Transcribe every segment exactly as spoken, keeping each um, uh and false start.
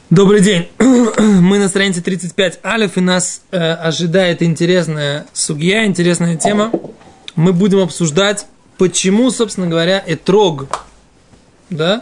Добрый день. Мы на странице тридцать пять алиф, и нас э, ожидает интересная сугья, интересная тема. Мы будем обсуждать, почему, собственно говоря, этрог, да,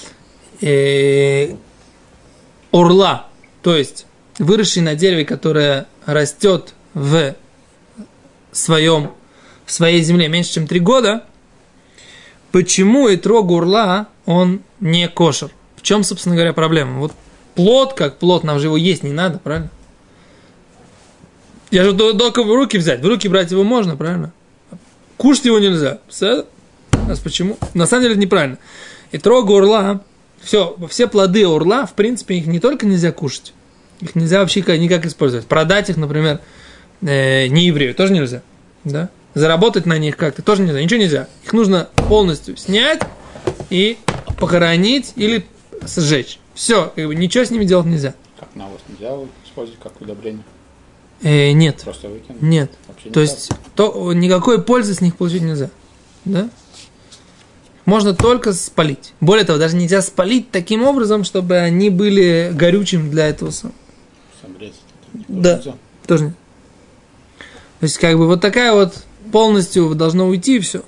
э, орла, то есть выросший на дереве, которое растет в своем, в своей земле меньше, чем три года, почему этрог орла, он не кошер? В чем, собственно говоря, проблема? Вот плод, как плод, нам же его есть не надо, правильно? Я же только в руки взять. В руки брать его можно, правильно? Кушать его нельзя. Все? Почему? На самом деле это неправильно. Этрог орла, все, все плоды орла, в принципе, их не только нельзя кушать, их нельзя вообще никак использовать. Продать их, например, э, не еврею тоже нельзя. Да? Заработать на них как-то тоже нельзя. Ничего нельзя. Их нужно полностью снять и похоронить или сжечь. Все, ничего с ними делать нельзя. Как навоз нельзя использовать как удобрение? Э, нет. Просто выкинуть? Нет. Вообще то есть то, никакой пользы с них получить нельзя. Да? Можно только спалить. Более того, даже нельзя спалить таким образом, чтобы они были горючим для этого самого. Согреться. Да, нельзя. Тоже нет. То есть, как бы вот такая вот полностью должно уйти и все.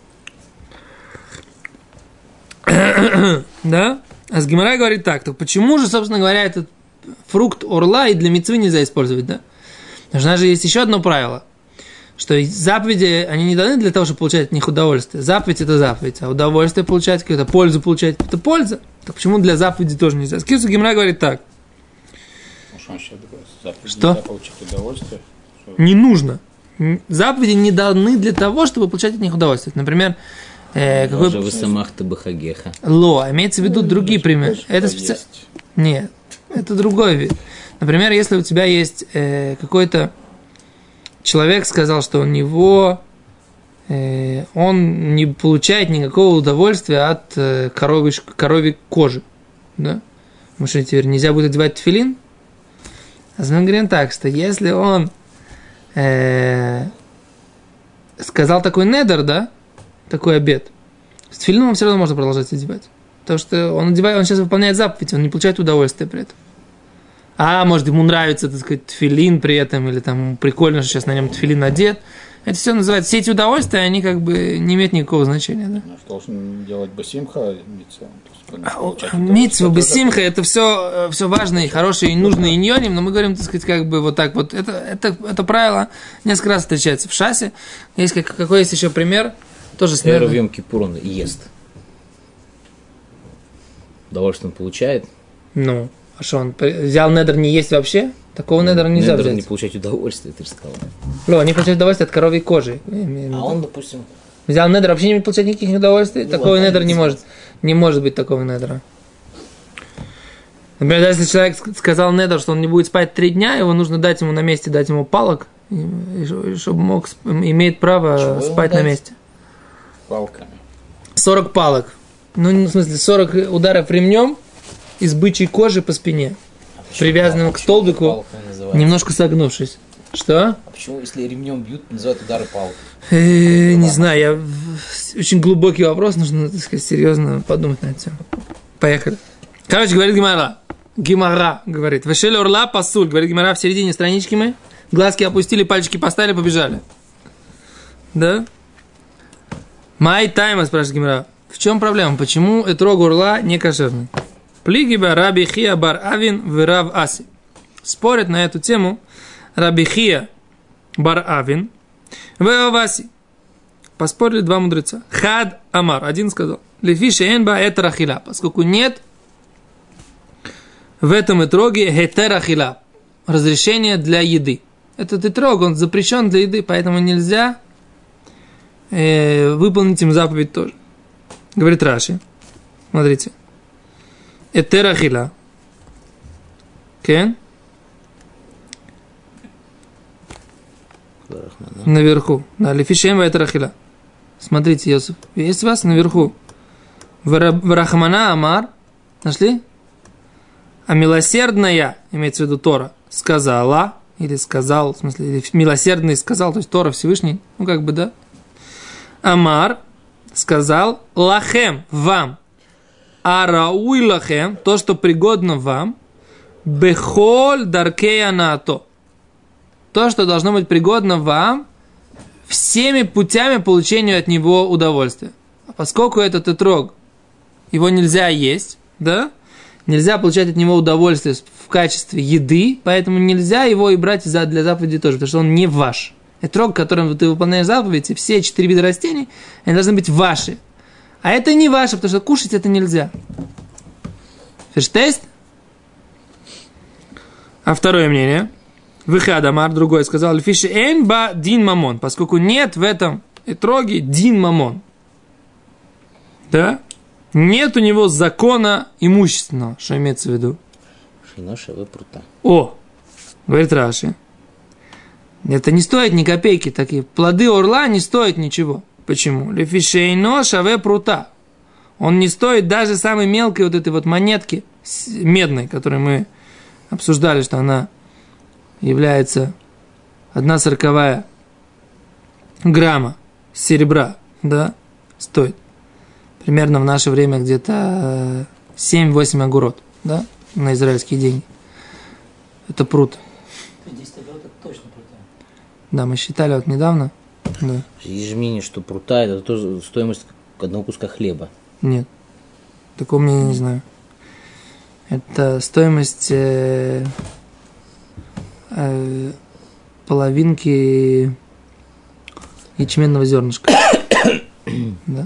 Да? А с Гемара говорит так, то почему же, собственно говоря, этот фрукт орла и для мицвы нельзя использовать, да? Потому что у нас же есть еще одно правило, что заповеди, они не даны для того, чтобы получать от них удовольствие. Заповедь – это заповедь, а удовольствие получать, какую-то пользу получать – это польза. Так почему для заповеди тоже нельзя? Скидка Гемара говорит так. Что? Что? Нельзя получить удовольствие? Что? Не нужно. Заповеди не даны для того, чтобы получать от них удовольствие. Например, Э, какой... Даже вы самах-то бахагеха. Ло, имеется в виду другие примеры. Это специ... Нет, это другой вид. Например, если у тебя есть э, какой-то человек сказал, что у него э, он не получает никакого удовольствия от э, коровьей, коровьей кожи. Да? Потому что теперь нельзя будет одевать тфилин. А мы говорим так, что если он э, сказал такой недер, да, такой обет, с тфилином все равно можно продолжать одевать. Потому что он одевает, он сейчас выполняет заповедь, он не получает удовольствия при этом. А может, ему нравится, так сказать, тфилин при этом, или там прикольно, что сейчас на нем тфилин одет. Это все называется, все эти удовольствия, они как бы не имеют никакого значения. Да? Ну, что должен делать басимха, митцва? Митцва, басимха, это все, все важно и хорошее, и нужно, и ньоним, но мы говорим, так сказать, как бы вот так вот. Это, это, это правило несколько раз встречается в шасе. Есть как, какой есть еще пример? Тоже смертный. В Йом-Кипур он ест. Удовольствие он получает. Ну, а что, он взял недр не есть вообще? Такого недра нельзя недр взять. не получать удовольствие, ты же сказал. Ну, они получают удовольствие от коровьей кожи. А он, допустим... Взял недр, вообще не получать никаких удовольствий. Ну, такого ладно, недра не не может. Не может быть такого недра. Например, если человек сказал недр, что он не будет спать три дня, его нужно дать ему на месте, дать ему палок, чтобы мог, имеет право Чего спать на месте. Палками. сорок палок. Ну, в смысле, сорок ударов ремнем из бычьей кожи по спине, а привязанным а к столбику, немножко согнувшись. Что? А почему, если ремнем бьют, называют удары палкой? Э, не знаю, я... очень глубокий вопрос, нужно, так сказать, серьезно подумать на эту тему. Поехали. Короче, говорит Гемара. Гемара говорит. Вешель орла пасуль. Говорит Гемара, в середине странички мы. Глазки опустили, пальчики поставили, побежали. Да? Май тайма, спрашивает Гемара. В чем проблема? Почему этрог орла не кошерный? Плигиба Раби Хия бар Авин вирав Аси. Спорят на эту тему Раби Хия бар Авин вирав Аси. Поспорили два мудреца. Хад Амар. Один сказал. Лефиши энба этерахила. Поскольку нет в этом этроге хетерахила. Разрешение для еды. Этот этрог, он запрещен для еды, поэтому нельзя э, выполнить им заповедь тоже. Говорит Раши. Смотрите. Этерахила. Кен? Наверху. Да, лефишем ва этерахила. Смотрите, Йосиф. Есть у вас наверху. Варахмана Амар. Нашли? А милосердная, имеется в виду Тора, сказала, или сказал, в смысле, или милосердный сказал, то есть Тора Всевышний, ну как бы, да. Амар сказал лахем, вам. А рауй лахем, то, что пригодно вам, Бехоль даркея наато. То, что должно быть пригодно вам всеми путями получения от него удовольствия. А поскольку этот этрог, его нельзя есть, да? Нельзя получать от него удовольствие в качестве еды, поэтому нельзя его и брать для заповеди тоже, потому что он не ваш. Этрог, которым ты выполняешь заповеди, все четыре вида растений, они должны быть ваши. А это не ваше, потому что кушать это нельзя. Ферштейст? А второе мнение. Выхадамар, другой сказал, фиши эн ба дин мамон, поскольку нет в этом этроге дин мамон. Да? Нет у него закона имущественного, что имеется в виду. Шиноша вы прута. О, говорит Раши. Это не стоит ни копейки такие. Плоды орла не стоят ничего. Почему? Лефишейно шаве прута. Он не стоит даже самой мелкой вот этой вот монетки медной, которую мы обсуждали, что она является одна сороковая грамма серебра, да, стоит. Примерно в наше время где-то семь-восемь агурот, да, на израильские деньги. Это прут. десять агурот это точно прута. Да, мы считали вот недавно. Да. Есть же мнение, что прута это тоже стоимость одного куска хлеба. Нет. Такого мнения не знаю. Это стоимость э, э, половинки ячменного зернышка. Да?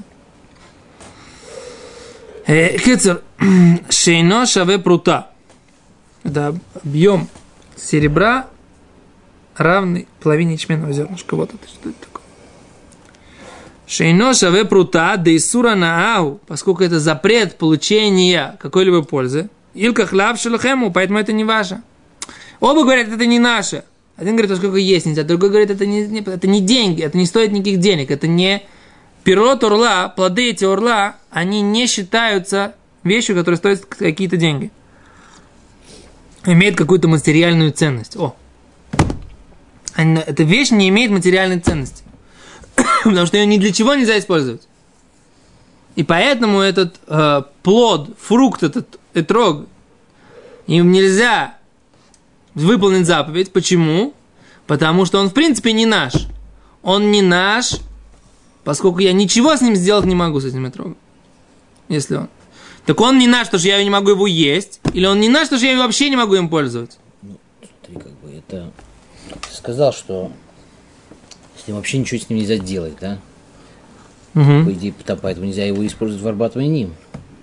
Кицер, шейно шаве прута. Это объем серебра, равный половине ячменного зернышка. Вот это что это такое. Шейно шаве прута, дейсура наау, поскольку это запрет получения какой-либо пользы. Илка хляб шелухему, поэтому это не ваше. Оба говорят, это не наше. Один говорит, поскольку есть нельзя, другой говорит, это не, не, это не деньги, это не стоит никаких денег, это не... Пирот орла, плоды эти орла, они не считаются вещью, которая стоит какие-то деньги. Имеет какую-то материальную ценность. О! Эта вещь не имеет материальной ценности. Потому что ее ни для чего нельзя использовать. И поэтому этот э, плод, фрукт, этот этрог, им нельзя выполнить заповедь. Почему? Потому что он в принципе не наш. Он не наш, поскольку я ничего с ним сделать не могу, с этим этрогом. Если он. Так он не наш, потому что я не могу его есть. Или он не наш, потому что я вообще не могу им пользоваться. Ну, смотри, как бы это... Ты сказал, что с ним вообще ничего с ним нельзя делать, да? Угу. По идее, поэтому нельзя его использовать в обрабатывании ним.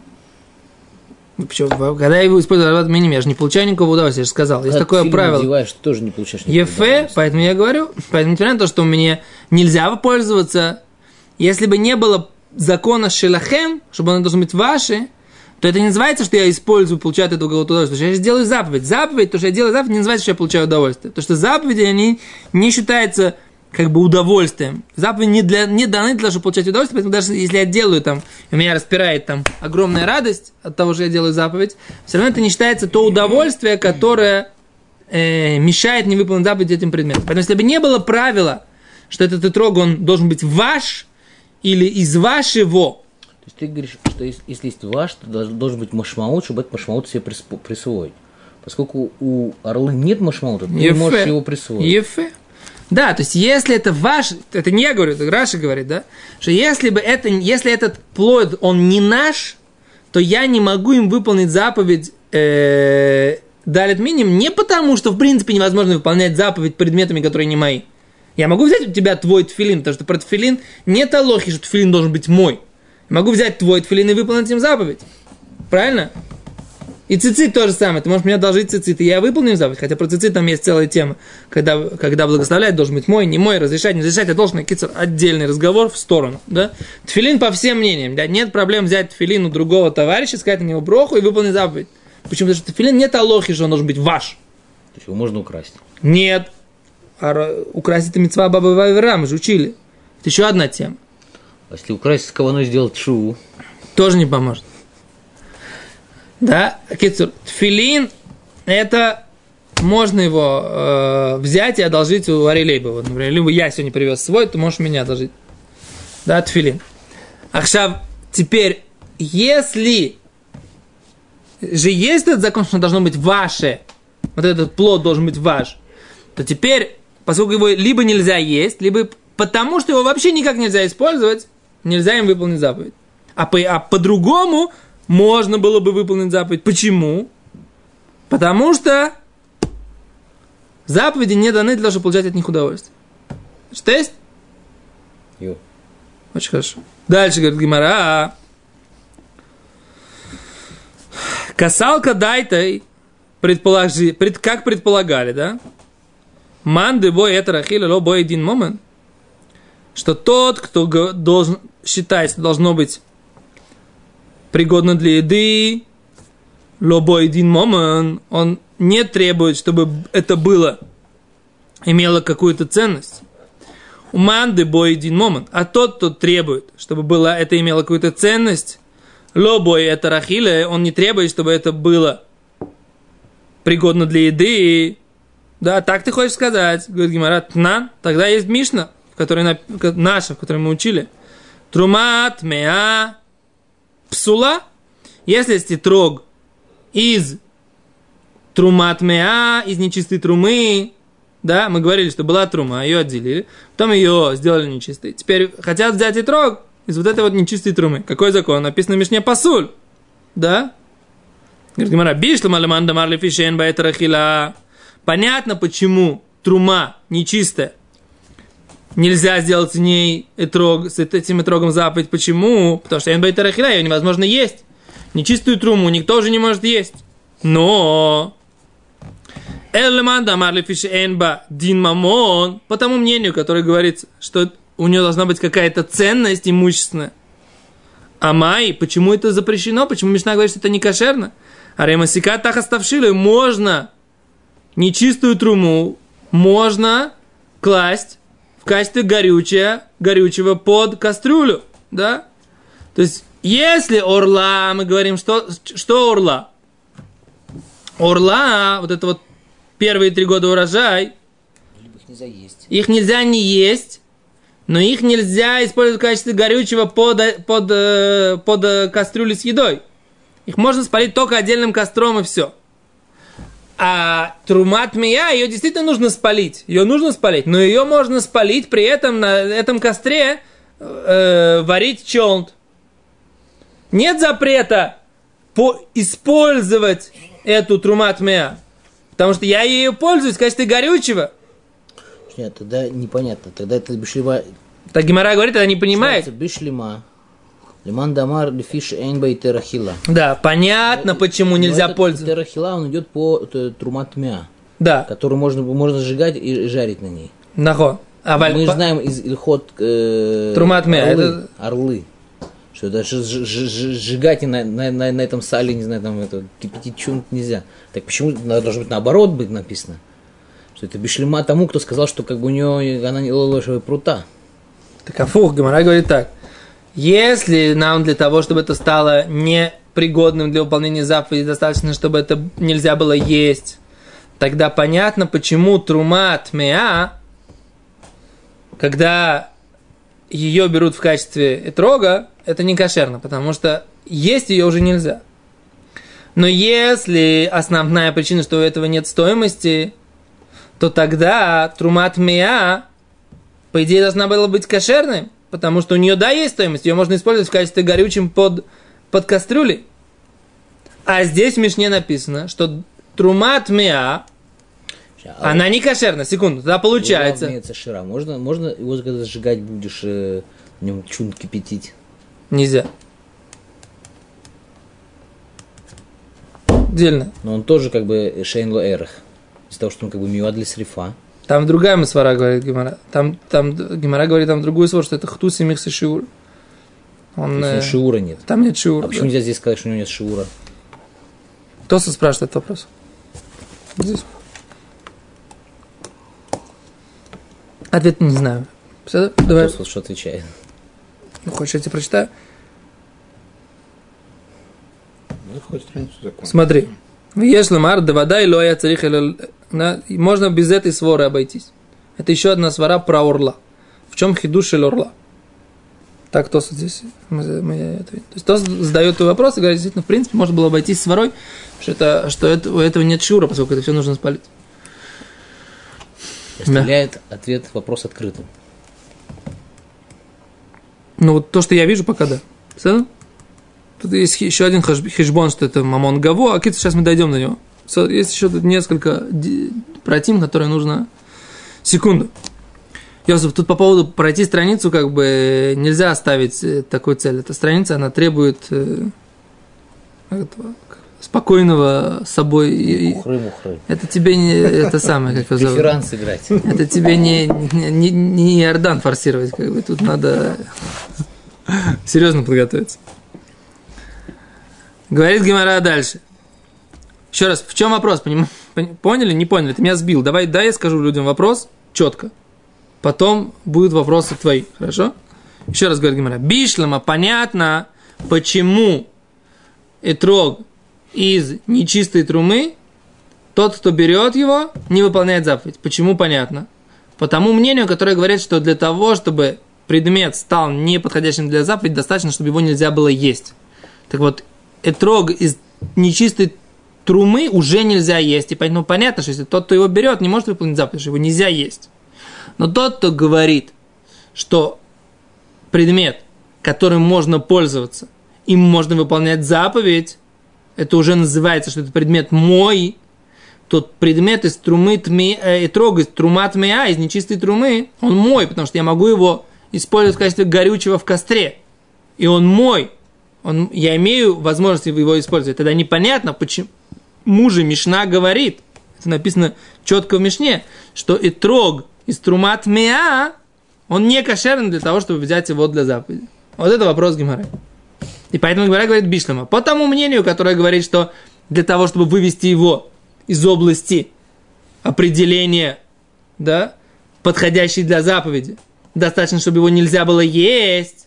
Почему? Когда я его использую в обрабатывании ним, я же не получаю никакого удовольствия, я же сказал. Есть Когда такое ты правило. Надеваешь, ты тоже не получаешь никакого Ефе, удовольствия. поэтому я говорю, поэтому несмотря на то, что мне нельзя пользоваться, если бы не было закона шелахем, чтобы оно должно быть ваше, то это не называется, что я использую, получаю от этого какого-то удовольствия. Я же делаю заповедь. Заповедь, то, что я делаю заповедь, не называется, что я получаю удовольствие. То, что заповеди, они не считаются как бы удовольствием. Заповеди не, для, не даны для того, чтобы получать удовольствие, поэтому даже если я делаю там, и меня распирает там огромная радость от того, что я делаю заповедь, все равно это не считается то удовольствие, которое э, мешает мне выполнить заповедь этим предметом. Поэтому если бы не было правила, что этот этрог, он должен быть ваш или из вашего. То есть ты говоришь, что если, если есть ваш, то должен быть машмаут, чтобы этот машмаут себе присвоить. Поскольку у орлы нет машмаута, ты не можешь его присвоить. Ефе. Да, то есть если это ваш, это не я говорю, это Раши говорит, да, что если бы это, если этот плод, он не наш, то я не могу им выполнить заповедь э, далит миним, не потому, что в принципе невозможно выполнять заповедь предметами, которые не мои. Я могу взять у тебя твой тфилин, потому что про тфилин нет алохи, что тфилин должен быть мой. Я могу взять твой тфилин и выполнить им заповедь. Правильно? И цицит то же самое. Ты можешь мне одолжить цицит, и я выполню им заповедь. Хотя про цицит там есть целая тема. Когда, когда благословлять, должен быть мой, не мой, разрешать, не разрешать. Я должен накидаться отдельный разговор в сторону. Да? Тфилин по всем мнениям. Да? Нет проблем взять тфилин у другого товарища, сказать на него броху и выполнить заповедь. Почему? Потому что тфилин нет алохи, что он должен быть ваш. То есть его можно украсть? Нет. А украсть это мицва баба вавера, мы же учили. Это еще одна тема. А если украсть с каваной сделать шуву? Тоже не поможет. Да, кицур, тфилин, это можно его э, взять и одолжить у Арилейба. Вот, например, либо я сегодня привез свой, то можешь меня одолжить. Да, тфилин. Ахшав, теперь, если же есть этот закон, что должно быть ваше, вот этот плод должен быть ваш, то теперь, поскольку его либо нельзя есть, либо потому, что его вообще никак нельзя использовать, нельзя им выполнить заповедь. А, по, а по-другому можно было бы выполнить заповедь. Почему? Потому что заповеди не даны для того, чтобы получать от них удовольствие. Что есть? Ю. Очень хорошо. Дальше говорит Гемара. Касалка дайтай, предположи, пред, как предполагали, да? Манды бой это рахиля ло бой один момент. Что тот, кто должен, считает, что должно быть пригодно для еды, ло бой один момент, он не требует, чтобы это было, имело какую-то ценность. У манды бой один момент. А тот, кто требует, чтобы было, это имело какую-то ценность, ло бой это рахиля, он не требует, чтобы это было пригодно для еды. Да, так ты хочешь сказать, говорит Гемара, тна, тогда есть Мишна, в которой, наша, в которой мы учили. Трумат меа псула. Если есть трог из трумат меа, из нечистой трумы, да, мы говорили, что была трума, ее отделили, потом ее сделали нечистой. Теперь хотят взять и трог из вот этой вот нечистой трумы. Какой закон? Написано в Мишне пасуль. Да? Говорит Гемара, бишлам аламанда марли фишен баэтарахила. Понятно, почему трума нечистая. Нельзя сделать с ней этрог, с этим этрогом заповедь. Почему? Потому что энбайтарахила, ее невозможно есть. Нечистую труму никто уже не может есть. Но элеманда марли фишенба дин мамон, по тому мнению, которое говорится, что у нее должна быть какая-то ценность имущественная. А май, почему это запрещено? Почему Мишна говорит, что это не кошерно? А ремасика так оставшили, можно нечистую труму, можно класть в качестве горючего, горючего под кастрюлю, да? То есть, если орла, мы говорим, что, что орла? Орла, вот это вот первые три года урожай, их нельзя есть. Их нельзя не есть, но их нельзя использовать в качестве горючего под, под, под кастрюлю с едой. Их можно спалить только отдельным костром и все. А трумат мия, ее действительно нужно спалить. Ее нужно спалить, но ее можно спалить, при этом на этом костре э, варить чолнт. Нет запрета по использовать эту трумат мия, потому что я ею пользуюсь в качестве горючего. Нет, тогда непонятно. Тогда это бишлима. Так Гемара говорит, она не понимает. Бишлима. Лиман дамар лифиш эйнба и терахила. Да, понятно, но, почему нельзя пользоваться. Терахила, он идет по трумат мия. Да. Который можно, можно сжигать и жарить на ней. Нахо. А Мы валь... по... знаем из Ильхот э... трумат мия. Орлы, это... орлы. Что даже сжигать на, на, на, на этом сале, не знаю, там это, кипятить чунт нельзя. Так почему должно быть наоборот быть написано? Что это бишлима тому, кто сказал, что как бы у нее она не лошадь прута. Так афух, Гемара говорит так. Если нам для того, чтобы это стало непригодным для выполнения заповеди, достаточно, чтобы это нельзя было есть, тогда понятно, почему трумат меа, когда ее берут в качестве этрога, это не кошерно, потому что есть ее уже нельзя. Но если основная причина, что у этого нет стоимости, то тогда трумат меа, по идее, должна была быть кошерной, потому что у нее, да, есть стоимость, ее можно использовать в качестве горючим под, под кастрюли. А здесь в Мишне написано, что трумат меа, а она не кошерна, секунду, тогда получается. Шира. Можно, можно его, когда сжигать будешь, э, в нем чунт кипятить? Нельзя. Отдельно. Но он тоже как бы шейн ло эрах. Из-за того, что он как бы миуад для срифа. Там другая масвара, говорит Гемара. Там, там Гемара говорит там другую свор, что это хтус и михса шиур. Он, То есть, э, шиура нет. Там нет шиура. А почему нельзя здесь сказать, что у него нет шиура? Кто спрашивает этот вопрос? Здесь. Ответ не знаю. Все, давай. Кто что отвечает? Ну, хочешь, я тебе прочитаю? Ну, хоть страницу закончим. Смотри. Если мар, да вода и лоя царих, можно без этой своры обойтись. Это еще одна свара про орла. В чем хидуш или орла? Так Тос здесь, мы, мы, это, то есть Тос задает твой вопрос и говорит, действительно, в принципе, можно было обойтись с ворой, что, это, что это, у этого нет шура, поскольку это все нужно спалить. Оставляет да. ответ, вопрос открытым. Ну, вот то, что я вижу, пока да. Все? Тут есть еще один хешбон, что это мамон гаво, а сейчас мы дойдем до него. Есть еще тут несколько протим, которые нужно... Секунду. Йосиф, тут по поводу пройти страницу, как бы нельзя оставить такой цель. Эта страница, она требует э, этого, спокойного с собой. Мухры-мухры. Это тебе не это самое, как его зовут. Преферанс играть. Это тебе не, не, не Иордан форсировать, как бы тут надо серьезно подготовиться. Говорит Гемара дальше. Еще раз, в чем вопрос? Поняли? Не поняли? Ты меня сбил. Давай, дай я скажу людям вопрос четко. Потом будут вопросы твои. Хорошо? Еще раз говорит Гемара. Бишлама, понятно, почему этрог из нечистой трумы, тот, кто берет его, не выполняет заповедь. Почему? Понятно. По тому мнению, которое говорит, что для того, чтобы предмет стал неподходящим для заповеди, достаточно, чтобы его нельзя было есть. Так вот, этрог из нечистой трумы уже нельзя есть. И поэтому понятно, что если тот, кто его берет, не может выполнить заповедь, что его нельзя есть. Но тот, кто говорит, что предмет, которым можно пользоваться, им можно выполнять заповедь, это уже называется, что это предмет мой, тот предмет из трумы тми, э, этрог, из трума тмеа, из нечистой трумы, он мой, потому что я могу его использовать в качестве горючего в костре. И он мой. Он, я имею возможность его использовать. Тогда непонятно, почему же Мишна говорит, это написано четко в Мишне, что этрог из трума тмеа, он не кошерный для того, чтобы взять его для заповеди. Вот это вопрос Гемары. И поэтому Гемара говорит Бишлама. По тому мнению, которое говорит, что для того, чтобы вывести его из области определения, да, подходящей для заповеди, достаточно, чтобы его нельзя было есть.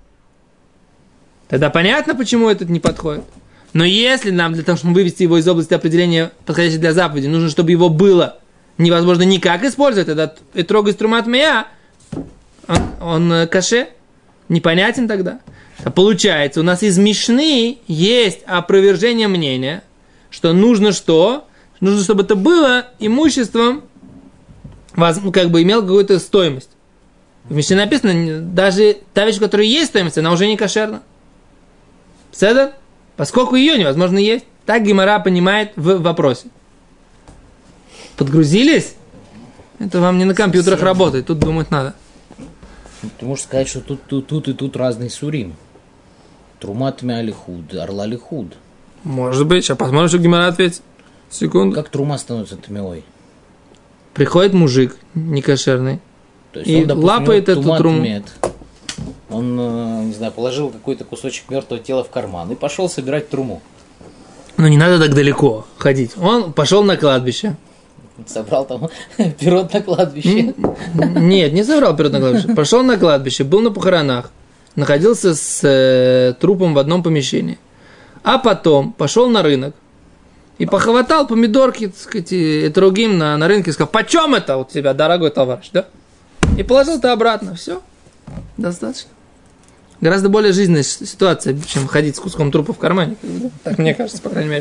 Тогда понятно, почему этот не подходит. Но если нам для того, чтобы вывести его из области определения, подходящей для заповеди, нужно, чтобы его было невозможно никак использовать, тогда этрог из трума тмеа, он, он каше, непонятен тогда. А получается, у нас из Мишны есть опровержение мнения, что нужно что? Нужно, чтобы это было имуществом, как бы имело какую-то стоимость. В Мишне написано, даже та вещь, у которой есть стоимость, она уже не кошерна. Седер? Поскольку ее невозможно есть. Так Гемара понимает в вопросе. Подгрузились? Это вам не на компьютерах работает, тут думать надо. Ты можешь сказать, что тут, тут, тут и тут разный сурим. Трума тмеа лихуд, орла лихуд. Может быть, сейчас посмотрим, что Гемара ответит. Секунду. Как трума становится тмеой? Приходит мужик некошерный То есть и он, допустим, лапает эту труму. Тмет. Он, не знаю, положил какой-то кусочек мертвого тела в карман и пошел собирать труму. Ну, не надо так далеко ходить. Он пошел на кладбище. Собрал там пирот на кладбище. Нет, не собрал пирот на кладбище. Пошел на кладбище, был на похоронах, находился с э, трупом в одном помещении. А потом пошел на рынок и похватал помидорки, так сказать, и другим на, на рынке и сказал, почем это у тебя, дорогой товарищ, да? И положил это обратно. Все, достаточно. Гораздо более жизненная ситуация, чем ходить с куском трупа в кармане. Так мне кажется, по крайней мере.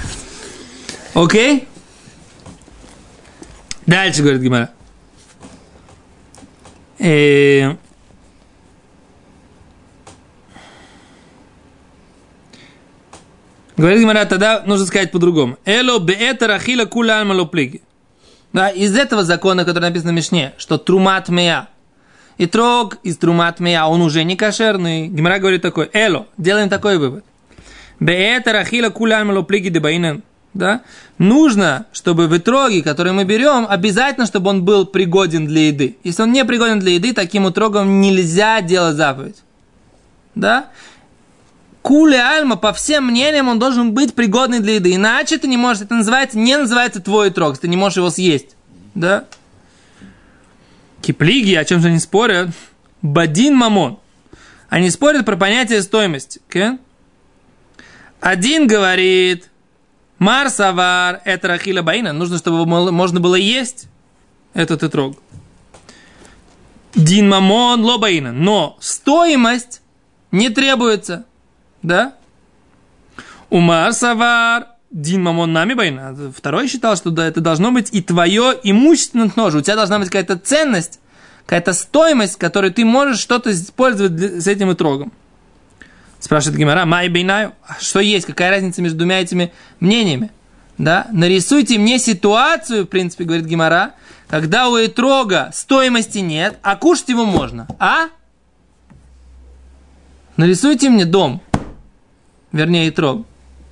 Окей? Дальше, говорит Гемара. Э... Говорит Гемара, тогда нужно сказать по-другому. Эло беэта рахила кула альма лоплиги. Да, из этого закона, который написан в Мишне, что трумат мея, и трог из трумат мея, он уже не кошерный. Гемара говорит такой, эло, делаем такой вывод. Беэта рахила кула альма лоплиги дебаинен. Да? Нужно, чтобы в итроге, который мы берем, обязательно, чтобы он был пригоден для еды. Если он не пригоден для еды, таким итрогом нельзя делать заповедь. Да? Куле альма, по всем мнениям, он должен быть пригодный для еды. Иначе ты не можешь, это называется, не называется твой итрог, ты не можешь его съесть. Да? Киплиги, о чем же они спорят? Бадин мамон. Они спорят про понятие стоимости. Okay? Один говорит... Марсавар, это рахила баина. Нужно, чтобы его можно было есть, этот итрог. Дин мамон лобаина. Но стоимость не требуется. Да? Умар савар. Дин мамон нами байна. Второй считал, что да, это должно быть и твое имущество тоже. У тебя должна быть какая-то ценность, какая-то стоимость, которой ты можешь что-то использовать для, с этим итрогом. Спрашивает Гемара, май бейнаю. Что есть? Какая разница между двумя этими мнениями? Да? Нарисуйте мне ситуацию, в принципе, говорит Гемара, когда у итрога стоимости нет, а кушать его можно. А? Нарисуйте мне дом. Вернее, итрог.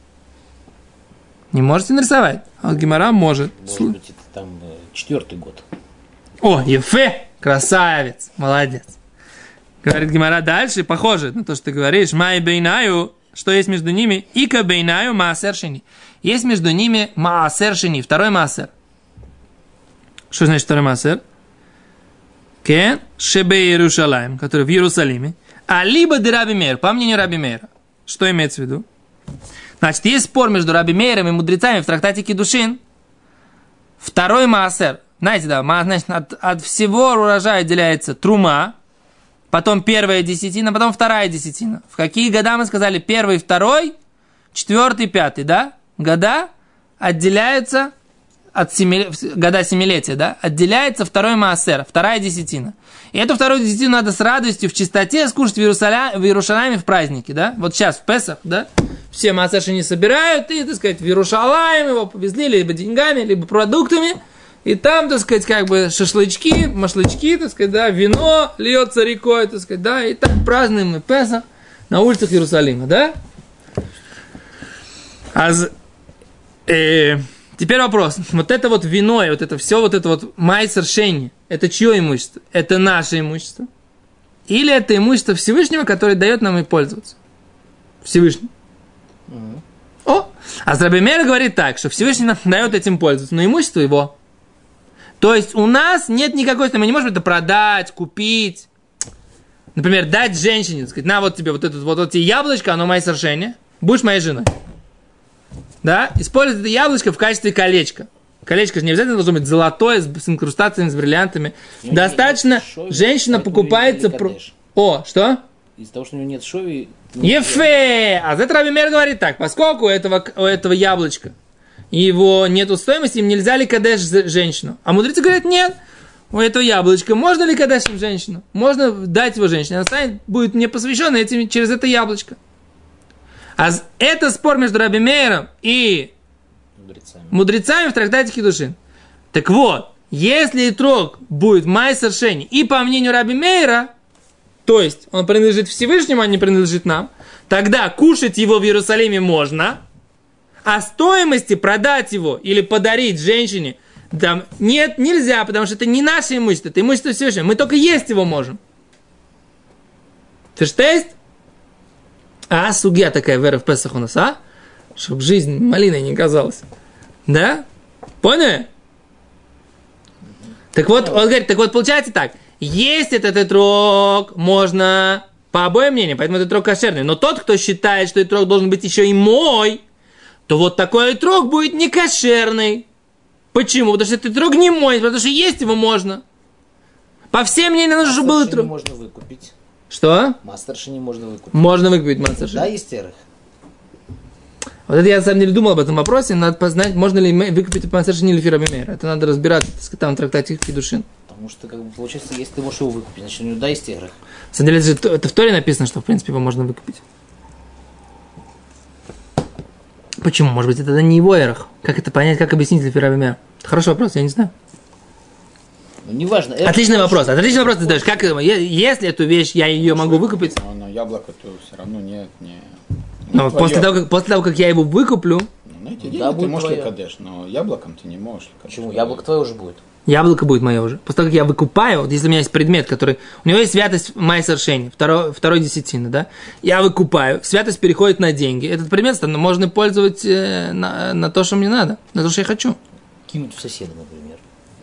Не можете нарисовать? А вот Гемара может. Может быть, это там э, четвертый год. О, ефе! Красавец! Молодец. Говорит Гемара дальше, похоже на то, что ты говоришь. Май бейнаю. Что есть между ними? Ика бейнаю маасер шени. Есть между ними маасер шени. Второй маасер. Что значит второй маасер? Кен шебе Иерушалаим, который в Иерусалиме. А либо де Раби Мейр, по мнению Раби Мейра. Что имеется в виду? Значит, есть спор между Раби Мейром и мудрецами в трактате Кидушин. Второй маасер. Знаете, да, значит, от, от всего урожая отделяется трума, потом первая десятина, потом вторая десятина. В какие года мы сказали? Первый, второй, четвертый, пятый, да? Года отделяются от семи, года семилетия, да? Отделяется второй маасер, вторая десятина. И эту вторую десятину надо с радостью, в чистоте скушать в, Иерусаля... в Иерушалайме в празднике, да? Вот сейчас, в Песах, да? Все маасерши не собирают, и, так сказать, в Иерушалайм его повезли либо деньгами, либо продуктами. И там, так сказать, как бы шашлычки, машлычки, так сказать, да, вино льется рекой, так сказать, да, и так празднуем мы Песах на улицах Иерусалима, да? А э, теперь вопрос. Вот это вот вино и вот это все, вот это вот майсер шени, это чье имущество? Это наше имущество? Или это имущество Всевышнего, которое дает нам и пользоваться? Всевышний. Mm-hmm. О! А Раби Мейр говорит так, что Всевышний нам дает этим пользоваться, но имущество его. То есть у нас нет никакой, мы не можем это продать, купить. Например, дать женщине, сказать, на вот тебе вот это вот, вот тебе яблочко, оно майсер шени, будешь моей женой. Да? Используй это яблочко в качестве колечка. Колечко же не обязательно должно быть золотое, с инкрустациями, с бриллиантами. Ну, достаточно, шови, женщина покупается... Про... О, что? Из-за того, что у него нет шови... Ефе! А за это Раби Мейр говорит так, поскольку у этого, у этого яблочка его нету стоимости, им нельзя ли кадеш женщину. А мудрецы говорят, нет, у этого яблочка можно ли кадеш женщину? Можно дать его женщине, она станет, будет не посвящена этим, через это яблочко. А это спор между Раби Мейром и мудрецами, мудрецами в трактате Кидушин. Так вот, если итрог будет майсер шени, и по мнению Раби Мейра, то есть он принадлежит Всевышнему, а не принадлежит нам, тогда кушать его в Иерусалиме можно, а стоимости продать его или подарить женщине там, нет, нельзя, потому что это не наше имущество, это имущество Всевышнего. Мы только есть его можем. Ферштейст? А сугья такая вера в Песах у нас, а? Чтоб жизнь малиной не казалась. Да? Поняли? Так вот, он говорит, так вот, получается так. Есть этот итрог, можно по обоим мнениям, поэтому этот итрог кошерный. Но тот, кто считает, что итрог должен быть еще и мой, то вот такой итрог будет не кошерный. Почему? Потому что этот итрог не мой, потому что есть его можно. По всем мнениям нужно, чтобы был итрог. Можно выкупить. Что? Мастершини можно выкупить. Можно выкупить мастершини. Да, есть терых. Вот это я на самом деле думал об этом вопросе. Надо познать, можно ли выкупить мастершини или Раби Мейр. Это надо разбираться, так сказать, там в трактате Кидушин. Потому что, как бы, получается, если ты можешь его выкупить, значит, у него да, есть терых. На самом деле, это, же, это в Торе написано, что, в принципе, его можно выкупить. Почему? Может быть, это не его эрах. Как это понять, как объяснить для Раби Мейра? Это хороший вопрос, я не знаю. Ну, неважно. Отличный вопрос. Отличный вопрос ты задаешь. Как, если эту вещь, я ее могу выкупить? Но, но яблоко то все равно нет, не... Но после того, как, после того, как я его выкуплю... Ну, на эти деньги да, ты можешь твоя... кадеш, но яблоком ты не можешь. Почему? Яблоко твое уже будет. Яблоко будет мое уже. После того, как я выкупаю, вот если у меня есть предмет, который... У него есть святость майсер шени, второй, второй десятины, да? Я выкупаю, святость переходит на деньги. Этот предмет можно пользовать э, на, на то, что мне надо, на то, что я хочу. Кинуть в соседа, например.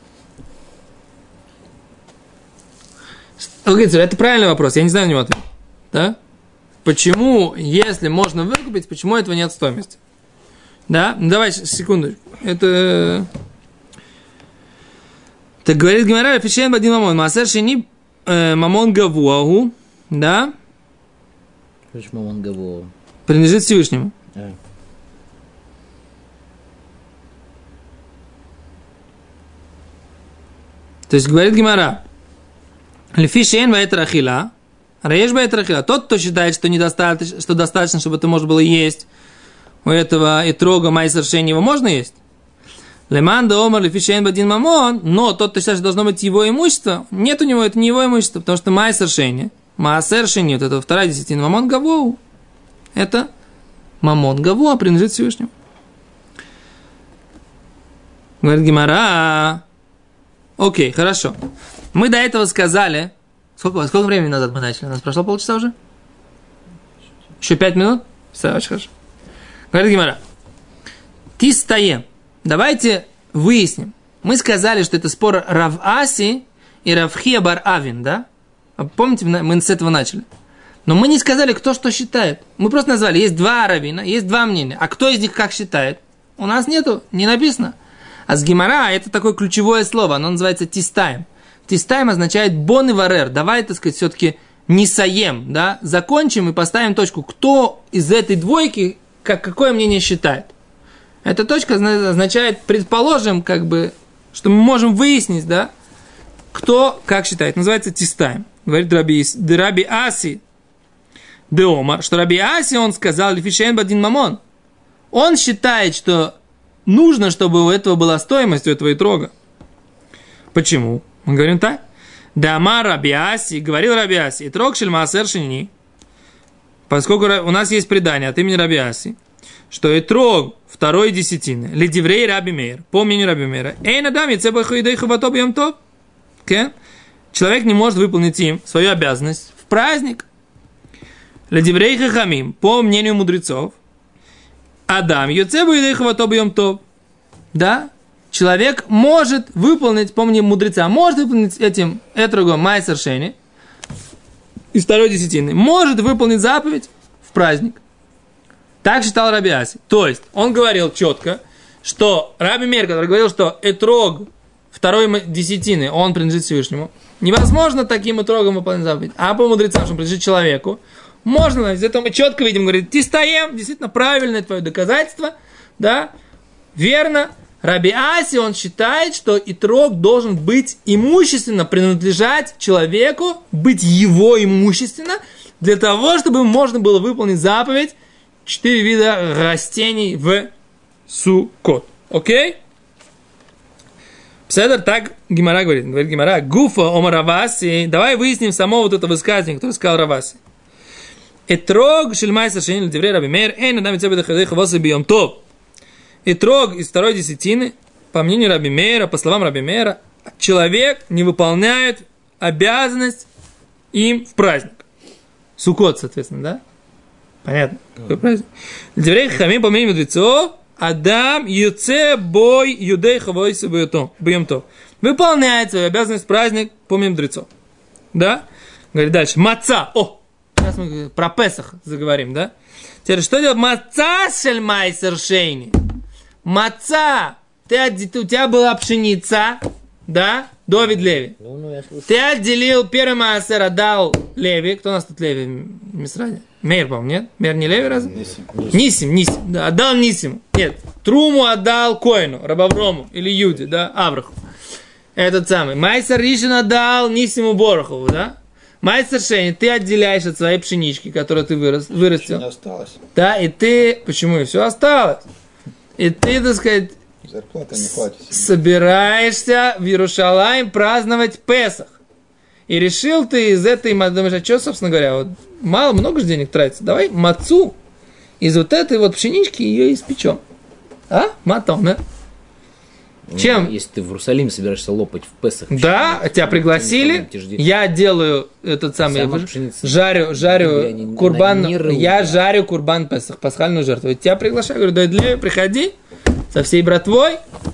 Это правильный вопрос, я не знаю на него ответ. Да? Почему, если можно выкупить, почему этого нет стоимости? Да? Ну, давай, секундочку. Это... Так говорит Гемара, фишен бадин мамон, маасер шени, э, мамон гавуаху, да, Почему мамон гавуаху? принадлежит Всевышнему. А. То есть говорит Гемара, лефишен ваэтрахила, раеш ваэтрахила. Тот, кто считает, что недостаточно, что достаточно, чтобы это можно было есть, у этого итрога майсер шейни его можно есть. Леман да омар лефишен бадин мамон, но тот, кто считает, что должно быть его имущество, нет у него, это не его имущество, потому что майсер шейни, маасер шейни, вот это вторая десятина, мамон гавоу, это мамон гавоу, принадлежит Всевышнему. Говорит Гемара, окей, хорошо. Мы до этого сказали, сколько, сколько времени назад мы начали? У нас прошло полчаса уже? Еще пять минут? Все, очень хорошо. Говорит Гемара, тистаем. Давайте выясним. Мы сказали, что это спор Рав Аси и Рав Хия бар Авин, да? Помните, мы с этого начали. Но мы не сказали, кто что считает. Мы просто назвали, есть два раввина, есть два мнения. А кто из них как считает? У нас нету, не написано. А с Гемара это такое ключевое слово, оно называется тистаем. Тистаем означает бон и варер. Давай, так сказать, все-таки не саем, да? Закончим и поставим точку. Кто из этой двойки, как, какое мнение считает? Эта точка означает, предположим, как бы, что мы можем выяснить, да, кто как считает. Называется тистаем. Говорит Раби, Раби Аси де Омар, что Раби Аси, он сказал, лефишен бадин мамон. Он считает, что нужно, чтобы у этого была стоимость, у этого итрога. Почему? Мы говорим так. Дамар Раби Аси, говорил Раби Аси, итрог шель маасер шини. Поскольку у нас есть предание от имени Раби Аси, что итрог второй десятины, ледиврей Раби Мейр, по мнению Раби Мейра, эй надам яцебаху идей хаватоб йом тов. Человек не может выполнить им свою обязанность в праздник. Ледиврей хахамим, по мнению мудрецов, Адам яцебаху идей хаватоб йом тов. Да? Человек может выполнить, по мнению мудреца, может выполнить этим этрогом майсер шейни из второй десятины, может выполнить заповедь в праздник. Так считал Раби Аси. То есть, он говорил четко, что Раби Мейр, который говорил, что этрог второй десятины, он принадлежит Всевышнему, невозможно таким этрогом выполнить заповедь. А по мудрецам, что он принадлежит человеку, можно. Из этого мы четко видим, говорит, тистаем, действительно правильное твое доказательство, да, верно. Раби Аси, он считает, что итрог должен быть имущественно принадлежать человеку, быть его имущественно, для того, чтобы можно было выполнить заповедь четыре вида растений в Суккот. Окей? Пседер, так Гемара говорит. Говорит Гемара, гуфа омар Раваси. Давай выясним само вот это высказывание, которое сказал Раваси. Этрог шельмайса шейн ледеврей Раби Мейр, эй надам яцебаху идей хаватоб йом тов. Итрог из второй десятины, по мнению Раби Мейра, по словам Раби Мейра, человек не выполняет обязанность им в праздник. Суккот, соответственно, да? Понятно? Какой праздник? Ледеврей хахамим, по мнению мудрецов, Адам юце бой юдей хавойся бьем то. Выполняет свою обязанность в праздник, по мнению мудрецов. Да? Говорит дальше. Маца. О! Сейчас мы про Песах заговорим, да? Теперь, что делать? Маца шельмайсер шейни. Маца, ты, у тебя была пшеница, да, Довид Леви. Ну, ну, я слушаю. Ты отделил, первый маасер отдал Леви. Кто у нас тут Леви в Мисраде? Мейр, по-моему, нет? Мейр не Леви разве? Нисим. Нисим, Нисим, да, отдал Нисиму. Нет, Труму отдал Коину, Рабаврому или Юде, да, Авраху. Этот самый. Майсер Ришин отдал Нисиму Борохову, да? Майсер Шейни, ты отделяешь от своей пшенички, которую ты вырос, вырастил. Не осталось. Да, и ты... Почему? И все осталось. И ты, так сказать, Зарплата не хватит. собираешься в Иерушалаим праздновать Песах. И решил ты из этой... Думаешь, а что, собственно говоря, вот мало, много же денег тратится. Давай мацу из вот этой вот пшенички ее испечем. А? Матом, да? Чем? Если ты в Иерусалим собираешься лопать в Песах. Да, тебя пригласили, я делаю этот самый, жарю, жарю не, курбан, не рыл, я да. жарю курбан Песах, пасхальную жертву. Тебя приглашаю, говорю, Довид Леви, приходи со всей братвой.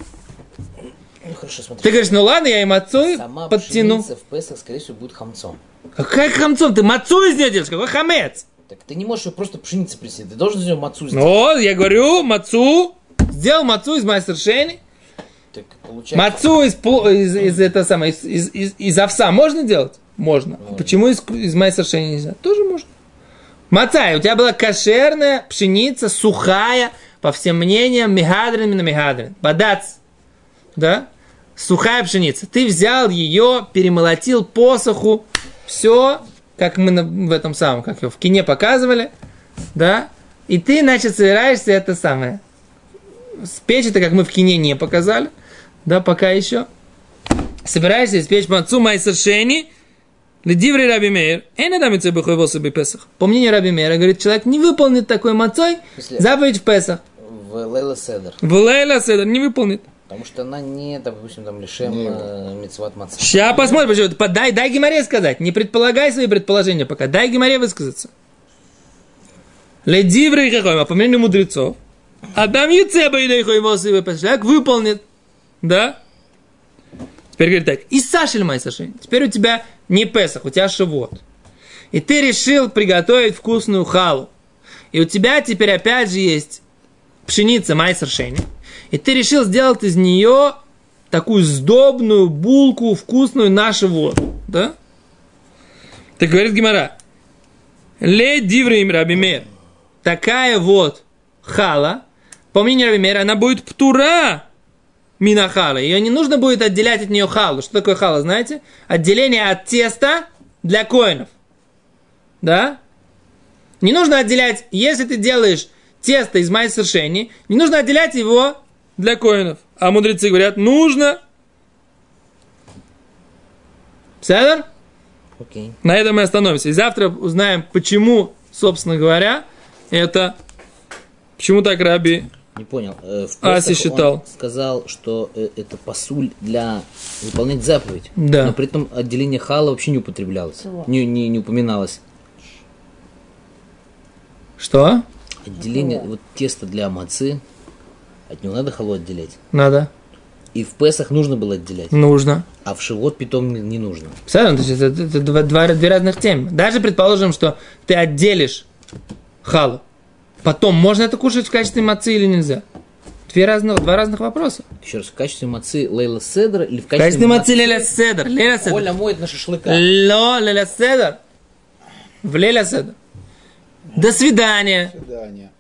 Ну, хорошо, смотри. Ты говоришь, ну ладно, я и мацу Сама подтяну. пшеница в Песах, скорее всего, будет хамцом. Какая хамцом? Ты мацу из нее делаешь, какой хамец? Так ты не можешь ее просто пшеницы принести, ты должен из нее мацу сделать. Вот, я говорю, мацу, сделал мацу из майстер шейни. Так, получается... Мацу из, из, из, это самое, из, из, из, из овса можно делать? Можно. А почему из, из майсер шейни нельзя? Тоже можно. Мацай, у тебя была кошерная пшеница, сухая, по всем мнениям, мегадрин на мегадрин. Бадац. Да? Сухая пшеница. Ты взял ее, перемолотил посоху, все, как мы в этом самом, как его в кине показывали, да? И ты, значит, собираешься это самое спечь, это как мы в кине не показали, да, пока еще. Собираешься испечь мацу майсер шейни, ледиври Раби Меир, по мнению Раби Меира, говорит, человек не выполнит такой мацой заповедь в Песах. В Лейла Седер. В Лейла Седер не выполнит. Потому что она не, допустим, там лишем мицват маца. Сейчас посмотрим, почему. Дай, дай Гемаре сказать. Не предполагай свои предположения пока. Дай Гемаре высказаться. Ледиври хахойма, по мнению мудрецов. Адам Юцеба и Лейхоймосы человек выполнит. Да? Теперь говорит так. И Сашель Майсашин. Теперь у тебя не Песах, у тебя Шавуот. И ты решил приготовить вкусную халу. И у тебя теперь опять же есть пшеница майсер шейни. И ты решил сделать из нее такую сдобную булку, вкусную на Шавуот. Да? Так говорит Гемара. Ле диврим Раби Меир. Такая вот хала, по мнению Раби Меира, она будет птура минахала. Ее не нужно будет отделять от нее халу. Что такое хала, знаете? Отделение от теста для коинов. Да? Не нужно отделять, если ты делаешь тесто из майсер шейни, не нужно отделять его для коинов. А мудрецы говорят, нужно. Седер? Окей. На этом мы остановимся. И завтра узнаем, почему, собственно говоря, это... Почему так Раби Не понял. В Аси считал. Он сказал, что это пасуль для выполнять заповедь. Да. Но при этом отделение хала вообще не употреблялось. Не, не, не упоминалось. Что? Отделение, вот тесто для мацы, от него надо халу отделять. Надо. И в Песах нужно было отделять. Нужно. А в Шивот питом не, не нужно. Представляете, то есть это, это два, два, две разных темы. Даже предположим, что ты отделишь халу. Потом, можно это кушать в качестве мацы или нельзя? Две разных, два разных вопроса. Еще раз, в качестве мацы лейла седра или в В качестве качестве мацы лейла седр. Лейла седр. Коля моет на шашлыка. Ло лейла седр. В лейла седр. До свидания. До свидания.